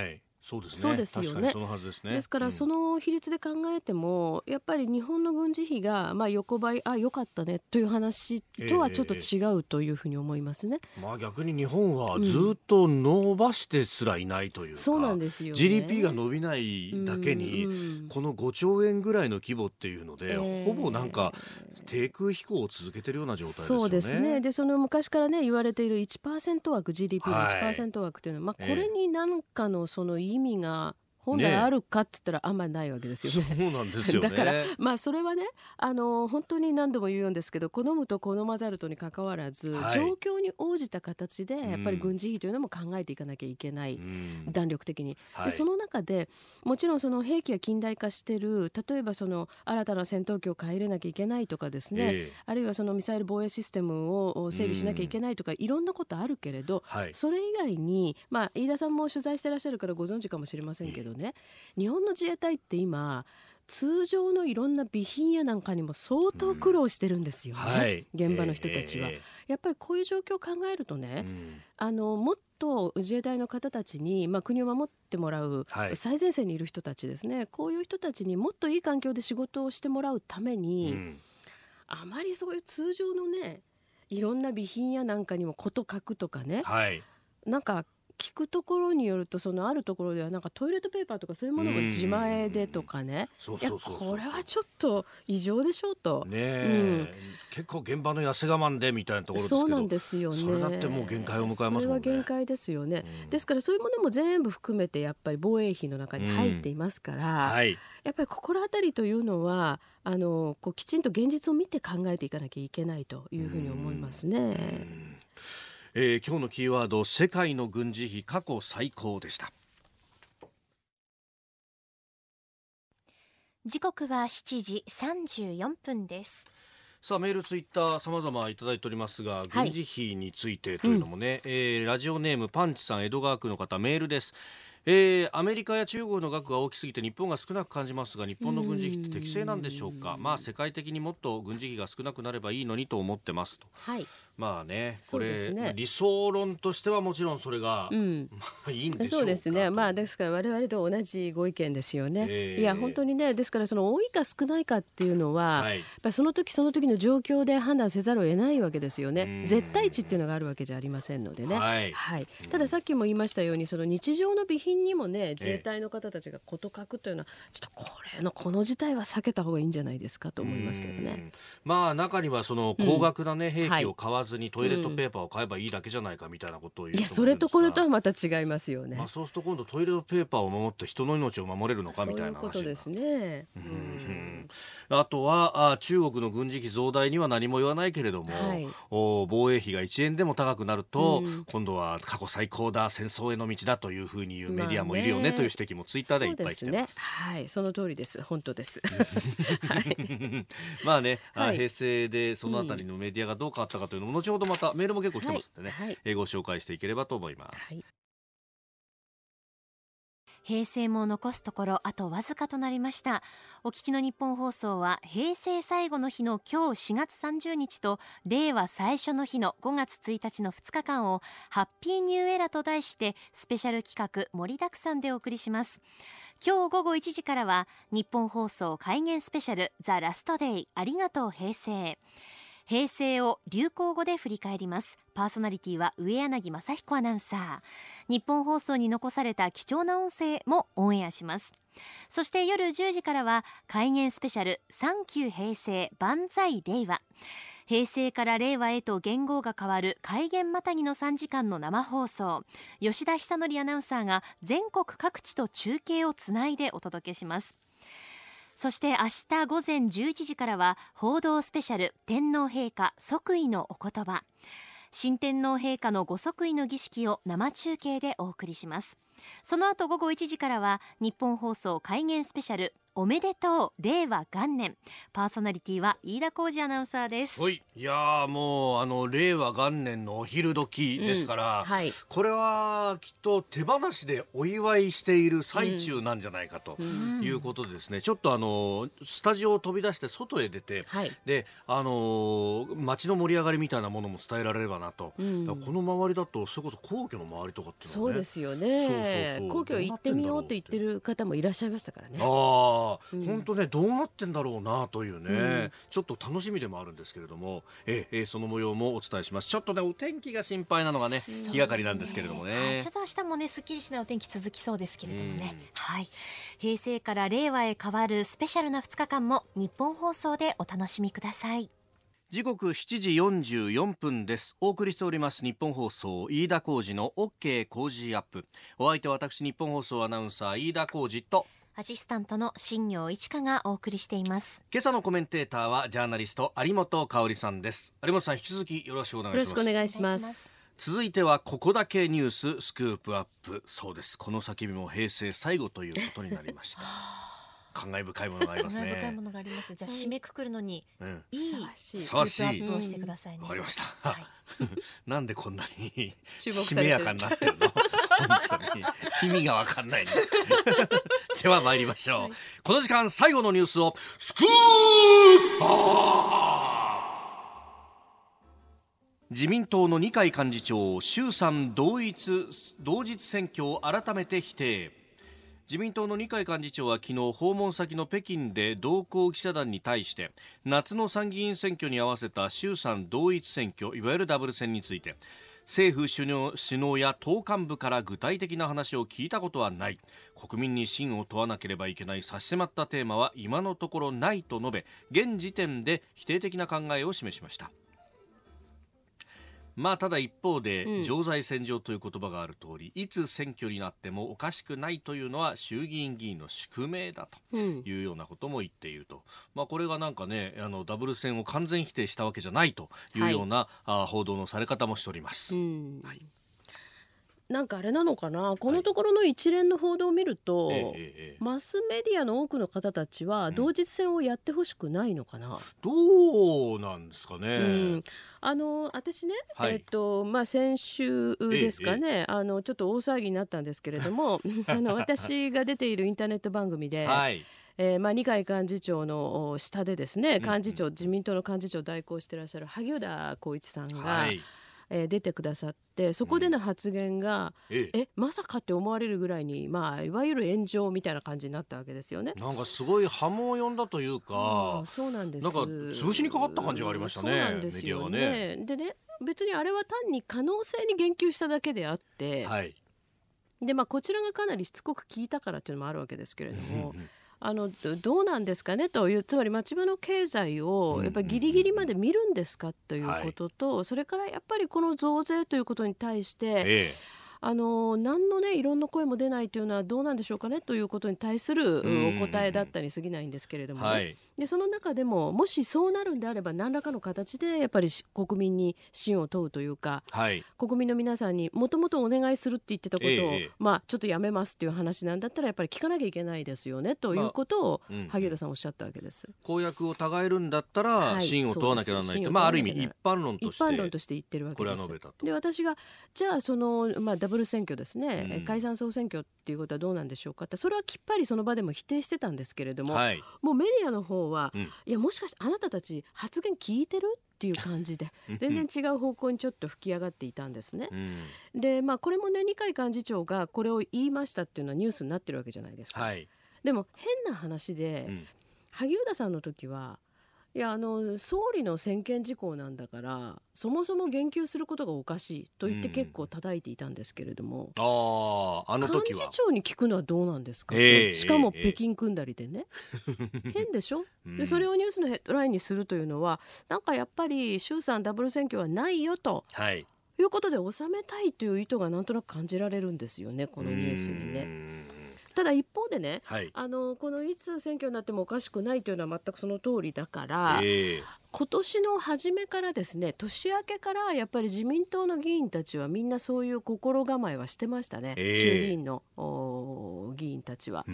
Speaker 3: そうですね。
Speaker 6: そうですよね。
Speaker 3: 確かにそのはずですね。
Speaker 6: ですからその比率で考えても、うん、やっぱり日本の軍事費がまあ横ばい、あ良かったねという話とはちょっと違うというふうに思いますね。
Speaker 3: えーまあ、逆に日本はずっと伸ばしてすらいないというか、うん、
Speaker 6: そうなんですよね。
Speaker 3: ジーディーピー が伸びないだけに、うん、このごちょうえんぐらいの規模っていうので、えー、ほぼなんか低空飛行を続けているような状態ですよね。
Speaker 6: そうですね。でその昔からね言われている いちパーセント 枠 ジーディーピー の いちパーセント 枠というのは、はいまあ、これに何かのその意味が本来あるかって言ったらあんまりないわけですよね。
Speaker 3: そうなんですよね。
Speaker 6: だからまあそれはねあの本当に何度も言うんですけど、好むと好まざるとにかかわらず、はい、状況に応じた形でやっぱり軍事費というのも考えていかなきゃいけない、うん、弾力的に、はい、でその中でもちろんその兵器が近代化してる、例えばその新たな戦闘機を買い入れなきゃいけないとかですね、えー、あるいはそのミサイル防衛システムを整備しなきゃいけないとか、うん、いろんなことあるけれど、はい、それ以外に、まあ、飯田さんも取材してらっしゃるからご存知かもしれませんけどね、えー、日本日本の自衛隊って今通常のいろんな備品やなんかにも相当苦労してるんですよね、うんはい、現場の人たちは、えー、やっぱりこういう状況を考えるとね、うん、あのもっと自衛隊の方たちに、まあ、国を守ってもらう、はい、最前線にいる人たちですね、こういう人たちにもっといい環境で仕事をしてもらうために、うん、あまりそういう通常のねいろんな備品やなんかにもこと書くとかね、はい、なんか聞くところによると、そのあるところではなんかトイレットペーパーとかそういうものも自前でとかね、いやこれはちょっと異常でしょうと、ね
Speaker 3: え、うん、結構現場の痩せ我慢でみたいなところですけど、
Speaker 6: そうなんですよね。そ
Speaker 3: れだってもう限界を迎えますもんね。
Speaker 6: それは限界ですよね、うん、ですからそういうものも全部含めてやっぱり防衛費の中に入っていますから、うんはい、やっぱり心当たりというのはあのこうきちんと現実を見て考えていかなきゃいけないというふうに思いますね。うんうん
Speaker 3: えー、今日のキーワード、世界の軍事費過去最高でした。
Speaker 5: 時刻はしちじさんじゅうよんぷんです。
Speaker 3: さあメールツイッター様々いただいておりますが、はい、軍事費についてというのもね、うんえー、ラジオネームパンチさん江戸川区の方メールです。えー、アメリカや中国の額が大きすぎて日本が少なく感じますが、日本の軍事費って適正なんでしょうか。まあ世界的にもっと軍事費が少なくなればいいのにと思ってますと、はい、まあねこれ、ね、理想論としてはもちろんそれが、うんまあ、いいんでしょうか。
Speaker 6: そうですね、まあ、ですから我々と同じご意見ですよね、えー、いや本当にね、ですからその多いか少ないかっていうのは、はい、やっぱりその時その時の状況で判断せざるを得ないわけですよね。絶対値っていうのがあるわけじゃありませんのでね、はいはい、たださっきも言いましたように、その日常の備品にもね自衛隊の方たちがこと書くというのはちょっとこれのこの事態は避けた方がいいんじゃないですかと思いますけどね。
Speaker 3: まあ中にはその高額な、ねうん、兵器を買わずにトイレットペーパーを買えばいいだけじゃないかみたいなことを言う人もいるんですが、
Speaker 6: いやそれとこれとはまた違いますよね、
Speaker 3: まあ、そうすると今度トイレットペーパーを守って人の命を守れるのかみたいな話が、
Speaker 6: そういうことですね、
Speaker 3: うん、あとはあ中国の軍事費増大には何も言わないけれども、はい、お防衛費がいちえんでも高くなると、うん、今度は過去最高だ戦争への道だというふうに言うメディアもいるよね、まあ、ねという指摘もツイッターでいっぱい来てます。そうですね、
Speaker 6: はい、その通りです、本当です、はい、
Speaker 3: まあね、はい、平成でそのあたりのメディアがどう変わったかというのも後ほどまたメールも結構来てますのでね、はいはい、ご紹介していければと思います、はい、
Speaker 5: 平成も残すところあとわずかとなりました。お聞きの日本放送は平成最後の日の今日しがつさんじゅうにちと令和最初の日のごがつついたちのふつかかんをハッピーニューエラーと題してスペシャル企画盛りだくさんでお送りします。今日午後いちじからは日本放送改元スペシャルザ・ラストデイありがとう平成。平成を流行語で振り返ります。パーソナリティは上柳正彦アナウンサー。日本放送に残された貴重な音声もオンエアします。そして夜じゅうじからは改元スペシャルサンキュー平成万歳令和。平成から令和へと元号が変わる改元またぎのさんじかんの生放送、吉田久典アナウンサーが全国各地と中継をつないでお届けします。そして明日午前じゅういちじからは報道スペシャル天皇陛下即位のお言葉。新天皇陛下のご即位の儀式を生中継でお送りします。その後午後いちじからは日本放送改元スペシャルおめでとう令和元年。パーソナリティは飯田浩司アナウンサーです。
Speaker 3: はい、いやーもうあの令和元年のお昼時ですから、うんはい、これはきっと手放しでお祝いしている最中なんじゃないかということでですね、うん、ちょっとあのスタジオを飛び出して外へ出て、はい、であの街の盛り上がりみたいなものも伝えられればなと、うん、この周りだとそれこそ皇居の周りとかっていうのはね、
Speaker 6: そうですよね。そうそうそう、皇居行ってみようと言ってる方もいらっしゃいましたからね。
Speaker 3: ああ、うん、本当ねどうなってんだろうなというね、うん、ちょっと楽しみでもあるんですけれども、ええその模様もお伝えします。ちょっとねお天気が心配なのがね気がかりなんですけれどもね、はい、
Speaker 5: ちょっと明日もねすっきりしないお天気続きそうですけれどもね、はい、平成から令和へ変わるスペシャルなふつかかんも日本放送でお楽しみください。
Speaker 3: 時刻しちじよんじゅうよんぷんです。お送りしております日本放送飯田浩司の OK 工事アップ。お相手は私日本放送アナウンサー飯田浩司と
Speaker 5: アシスタントの新業一華がお送りしています。
Speaker 3: 今朝のコメンテーターはジャーナリスト有本香里さんです。有本さん引き続きよろしくお願いします。
Speaker 6: よろしくお願いします。
Speaker 3: 続いてはここだけニューススクープアップ。そうです、この先も平成最後ということになりました感慨深いものがありますね。
Speaker 5: 感慨深いものがあります。じゃあ締めくくるのに、うん、いいスク
Speaker 3: ープア
Speaker 5: ップをしてくださいね。
Speaker 3: わかりました、はい、なんでこんなに
Speaker 6: し
Speaker 3: めやかになってるの本当に意味がわかんない、ね、では参りましょう、はい、この時間最後のニュースをスクープ自民党の二階幹事長衆参同一同日選挙を改めて否定。自民党の二階幹事長は昨日訪問先の北京で同行記者団に対して夏の参議院選挙に合わせた衆参同一選挙いわゆるダブル選について政府首脳、首脳や党幹部から具体的な話を聞いたことはない、国民に信を問わなければいけない差し迫ったテーマは今のところないと述べ現時点で否定的な考えを示しました。まあ、ただ一方で、うん、常在戦場という言葉がある通りいつ選挙になってもおかしくないというのは衆議院議員の宿命だというようなことも言っていると、うんまあ、これがなんかねあのダブル選を完全否定したわけじゃないというような、はい、あ報道のされ方もしております、うんはい、
Speaker 6: なんかあれなのかな、このところの一連の報道を見ると、はいええ、マスメディアの多くの方たちは同日戦をやってほしくないのかな、うん、
Speaker 3: どうなんですかね、
Speaker 6: うんあの私ね、はいえーとまあ、先週ですかね、ええ、あのちょっと大騒ぎになったんですけれどもあの私が出ているインターネット番組で、はいえーまあ、二階幹事長の下でですね幹事長、うんうん、自民党の幹事長を代行していらっしゃる萩生田光一さんが、はいえー、出てくださってそこでの発言が、うん、ええまさかって思われるぐらいに、まあ、いわゆる炎上みたいな感じになったわけですよね。
Speaker 3: なんかすごい波紋を呼んだというか、
Speaker 6: あそうなんです。
Speaker 3: なんか潰しにかかった感じがありましたね。
Speaker 6: そうなんですよね。メディアはね。でね別にあれは単に可能性に言及しただけであって、はいでまあ、こちらがかなりしつこく聞いたからっていうのもあるわけですけれどもあのどうなんですかねという、つまり町場の経済をやっぱりギリギリまで見るんですかということと、はい、それからやっぱりこの増税ということに対して、ええ、あの何のねいろんな声も出ないというのはどうなんでしょうかねということに対するお答えだったに過ぎないんですけれども、ねはい、でその中でももしそうなるんであれば何らかの形でやっぱり国民に信を問うというか、はい、国民の皆さんにもともとお願いするって言ってたことを、ええまあ、ちょっとやめますっていう話なんだったらやっぱり聞かなきゃいけないですよねということを、まあうん、萩生田さんおっしゃったわけです。
Speaker 3: 公約を違えるんだったら、はい、信を問わなきゃならないと、まあ、ある意味一般論として
Speaker 6: 一般論として言ってるわけです。
Speaker 3: これは述べたと。
Speaker 6: で私がじゃあその、まあ、ダブル選挙ですねうん、解散総選挙っていうことはどうなんでしょうかってそれはきっぱりその場でも否定してたんですけれども、はい、もうメディアの方は、うん、いやもしかしてあなたたち発言聞いてるっていう感じで全然違う方向にちょっと吹き上がっていたんですね、うん、で、まあ、これもね二階幹事長がこれを言いましたっていうのはニュースになってるわけじゃないですか、はい、でも変な話で、うん、萩生田さんの時はいやあの総理の専権事項なんだからそもそも言及することがおかしいと言って結構叩いていたんですけれども、うん、ああの時は幹事長に聞くのはどうなんですか、えー、しかも北京組んだりでね、えー、変でしょ、うん、でそれをニュースのヘッドラインにするというのはなんかやっぱり衆参ダブル選挙はないよと、はい、いうことで収めたいという意図がなんとなく感じられるんですよねこのニュースにね。ただ一方でね、はい、あのこのいつ選挙になってもおかしくないというのは全くその通りだから、えー、 今年の初めからですね、年明けからやっぱり自民党の議員たちはみんなそういう心構えはしてましたね、えー、衆議院の議員たちは、うん、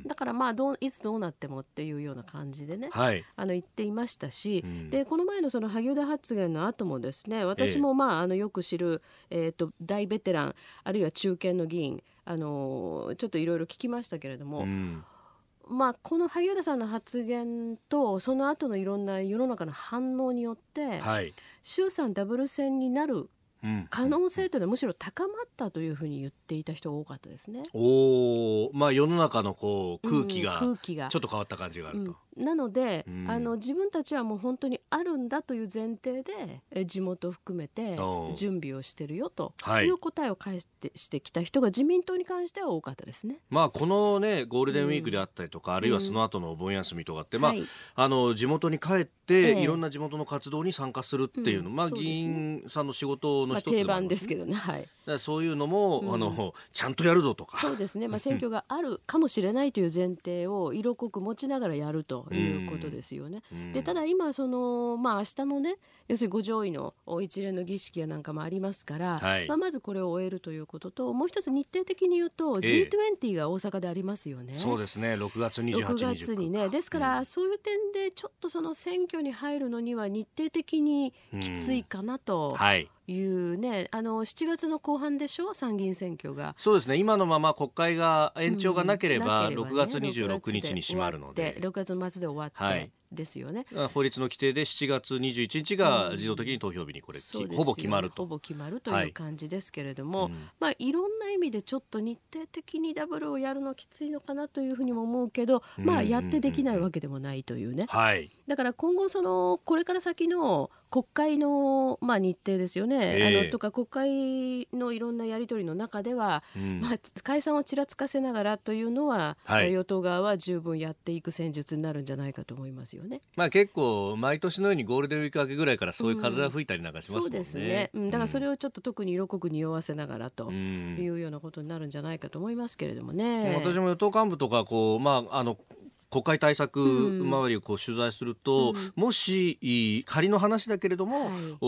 Speaker 6: だからまあどういつどうなってもっていうような感じでね、はい、あの言っていましたし、うん、でこの前のその萩生田発言の後もですね、私もまああのよく知る、えー、と大ベテランあるいは中堅の議員、あのー、ちょっといろいろ聞きましたけれども、うんまあ、この萩生田さんの発言とその後のいろんな世の中の反応によって、はい、衆参ダブル選になる可能性というのはむしろ高まったというふうに言っていた人が多かったですね。
Speaker 3: お、まあ、世の中のこう空気がちょっと変わった感じがあると、
Speaker 6: うんなので、うん、あの自分たちはもう本当にあるんだという前提でえ地元を含めて準備をしてるよという答えを返してしてきた人が自民党に関しては多かったですね。
Speaker 3: まあ、この、ね、ゴールデンウィークであったりとか、うん、あるいはその後のお盆休みとかって、うんまあはい、あの地元に帰って、ええ、いろんな地元の活動に参加するっていうの、うんまあ、議員さんの仕事の一つでもある、
Speaker 6: まあ、定番ですけどね、はい、
Speaker 3: だからそういうのも、うん、あのちゃんとやるぞとか
Speaker 6: そうですね、まあ、選挙があるかもしれないという前提を色濃く持ちながらやるということですですよね。でただ今その、まあ、明日のね要するにご条位の一連の儀式やなんかもありますから、はいまあ、まずこれを終えるということともう一つ日程的に言うと、ええ、ジートゥエンティー が大阪でありますよね。
Speaker 3: そうですねろくがつにじゅうはち、にじゅうくろくがつにね
Speaker 6: ですから、うん、そういう点でちょっとその選挙に入るのには日程的にきついかなと、うんはいいうね、あのしちがつの後半でしょ参議院選挙が。
Speaker 3: そうですね今のまま国会が延長がなければ、うん、ろくがつにじゅうろくにちに閉まるので
Speaker 6: ろくがつの末で終わって、はいですよね、
Speaker 3: 法律の規定でしちがつにじゅういちにちが自動的に投票日にこれ、うん、ほぼ決まると
Speaker 6: ほぼ決まるという感じですけれども、はいうんまあ、いろんな意味でちょっと日程的にダブルをやるのきついのかなというふうにも思うけど、まあ、やってできないわけでもないというね、はい、だから今後そのこれから先の国会の、まあ、日程ですよね、えー、あのとか国会のいろんなやり取りの中では、うんまあ、解散をちらつかせながらというのは、はい、与党側は十分やっていく戦術になるんじゃないかと思いますよね。
Speaker 3: まあ、結構毎年のようにゴールデンウィーク明けぐらいからそういう風が吹いたりなんかしますもんね、うん、そうですね、うん、だからそれをちょっと特に色濃く匂わせながらというようなことになるんじゃないかと思いますけれどもね、 うん、私も与党幹部とかこう、まあ、あの国会対策周りをこう取材すると、うん、もし仮の話だけれども、はい、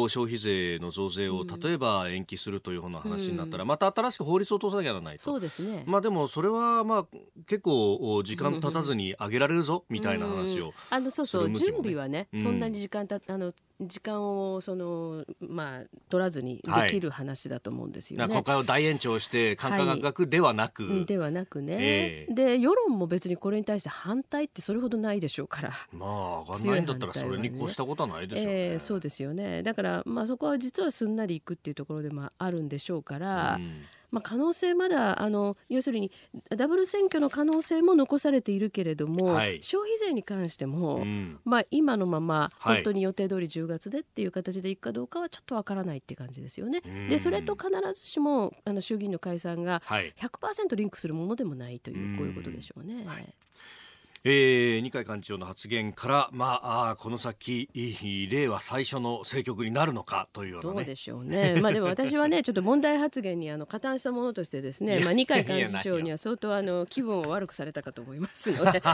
Speaker 3: 消費税の増税を例えば延期するというような話になったら、うん、また新しく法律を通さなきゃならないと。
Speaker 6: そうですね、
Speaker 3: まあ、でもそれはまあ結構時間経たずに上げられるぞみたいな話を、
Speaker 6: うん、あのそうそう準備はね、うん、そんなに時間たあの時間をその、まあ、取らずにできる話だと思うんですよね、はい、
Speaker 3: 国会を大延長して間隔が空くではなく、
Speaker 6: はい、ではなくね、えー、で世論も別にこれに対して反対ってそれほどないでしょうから、
Speaker 3: まあ上がらないんだったらそれに越したことはないですよね、
Speaker 6: えー、そうですよね。だから、まあ、そこは実はすんなりいくっていうところでもあるんでしょうから、うんまあ、可能性まだあの要するにダブル選挙の可能性も残されているけれども、はい、消費税に関しても、うんまあ、今のまま本当に予定通りじゅうがつでっていう形でいくかどうかはちょっとわからないって感じですよね。でそれと必ずしもあの衆議院の解散が ひゃくパーセント リンクするものでもないという、はい、こういうことでしょうね。はい
Speaker 3: えー、二階幹事長の発言から、まあ、あこの先令和最初の政局になるのかというような、ね、
Speaker 6: どうでしょうね、まあ、でも私はねちょっと問題発言にあの加担したものとしてですね、まあ、二階幹事長には相当あの気分を悪くされたかと思いますので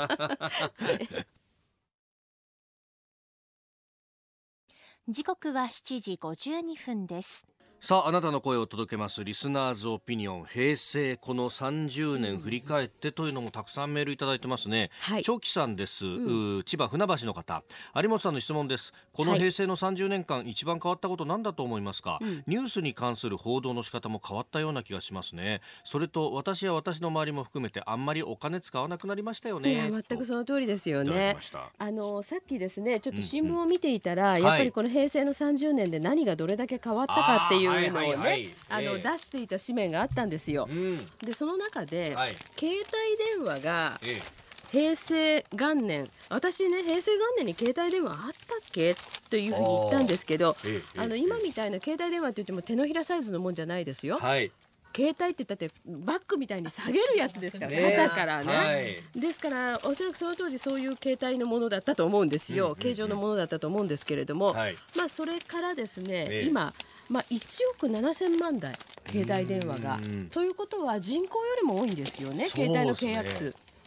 Speaker 5: 時刻はしちじごじゅうにふんです。
Speaker 3: さあ、あなたの声を届けますリスナーズオピニオン平成このさんじゅうねん振り返ってというのもたくさんメールいただいてますね、はい、長期さんです、うん、千葉船橋の方、有本さんの質問です。この平成のさんじゅうねんかん、はい、一番変わったこと何だと思いますか、うん、ニュースに関する報道の仕方も変わったような気がしますね。それと私や私の周りも含めてあんまりお金使わなくなりましたよね。
Speaker 6: いや全くその通りですよね。あのさっきですねちょっと新聞を見ていたら、うんうん、やっぱりこの平成のさんじゅうねんで何がどれだけ変わったかっていうのをね、はいはいはい、あの、えー、出していた紙面があったんですよ、うん、でその中で、はい、携帯電話が、えー、平成元年私ね平成元年に携帯電話あったっけというふうに言ったんですけど、えーえー、あの今みたいな携帯電話って言っても手のひらサイズのもんじゃないですよ、はい、携帯って言ったってバッグみたいに下げるやつですから、ね、肩からね、はい、ですからおそらくその当時そういう携帯のものだったと思うんですよ、うんうんうん、形状のものだったと思うんですけれども、はい、まあそれからですね、えー、今まあ、いちおくななせんまんだい携帯電話がということは人口よりも多いんですよね、携帯の契約数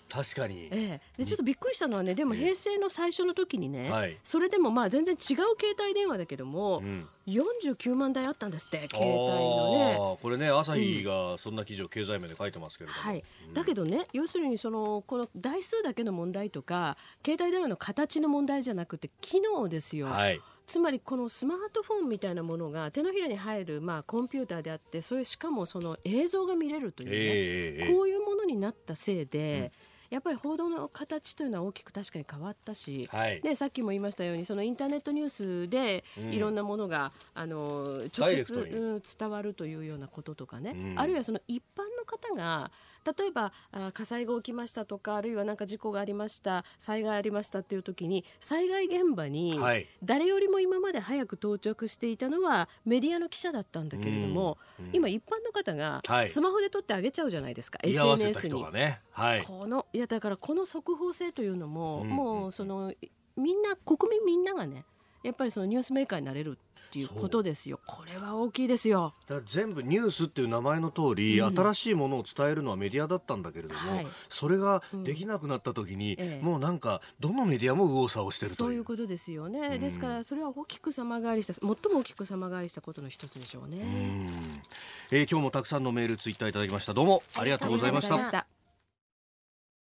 Speaker 3: 確かに、
Speaker 6: ええ、でちょっとびっくりしたのはね、でも平成の最初の時にね、
Speaker 3: はい、
Speaker 6: それでもまあ全然違う携帯電話だけども、うん、よんじゅうきゅうまんだいあったんですって、携帯のね。
Speaker 3: これね、朝日がそんな記事を経済面で書いてますけれども、
Speaker 6: うん、はい、だけどね、要するにそのこの台数だけの問題とか携帯電話の形の問題じゃなくて機能ですよ。はい、つまりこのスマートフォンみたいなものが手のひらに入る、まあ、コンピューターであって、それしかもその映像が見れるというね、えー、こういうものになったせいで、うん、やっぱり報道の形というのは大きく確かに変わったし、はい、でさっきも言いましたように、そのインターネットニュースでいろんなものが、うん、あの直接、うん、伝わるというようなこととかね、うん、あるいはその一般の方が例えばあ火災が起きましたとか、あるいはなんか事故がありました、災害ありましたっていう時に、災害現場に誰よりも今まで早く到着していたのはメディアの記者だったんだけれども、うんうん、今一般の方がスマホで撮ってあげちゃうじゃないですか、はい、エスエヌエス に、ね、はい、このいやだからこの速報性というのも、うん、もうそのみんな国民みんながね、やっぱりそのニュースメーカーになれるっていうことですよ。これは大きいですよ。
Speaker 3: だから全部ニュースっていう名前の通り、うん、新しいものを伝えるのはメディアだったんだけれども、はい、それができなくなった時に、うんええ、もうなんかどのメディアも右往左往してるという、
Speaker 6: そういうことですよね、うん、ですからそれは大きく様変わりした、最も大きく様変わりしたことの一つでしょうね。うん、
Speaker 3: えー、今日もたくさんのメールツイッターいただきました。どうもありがとうございました。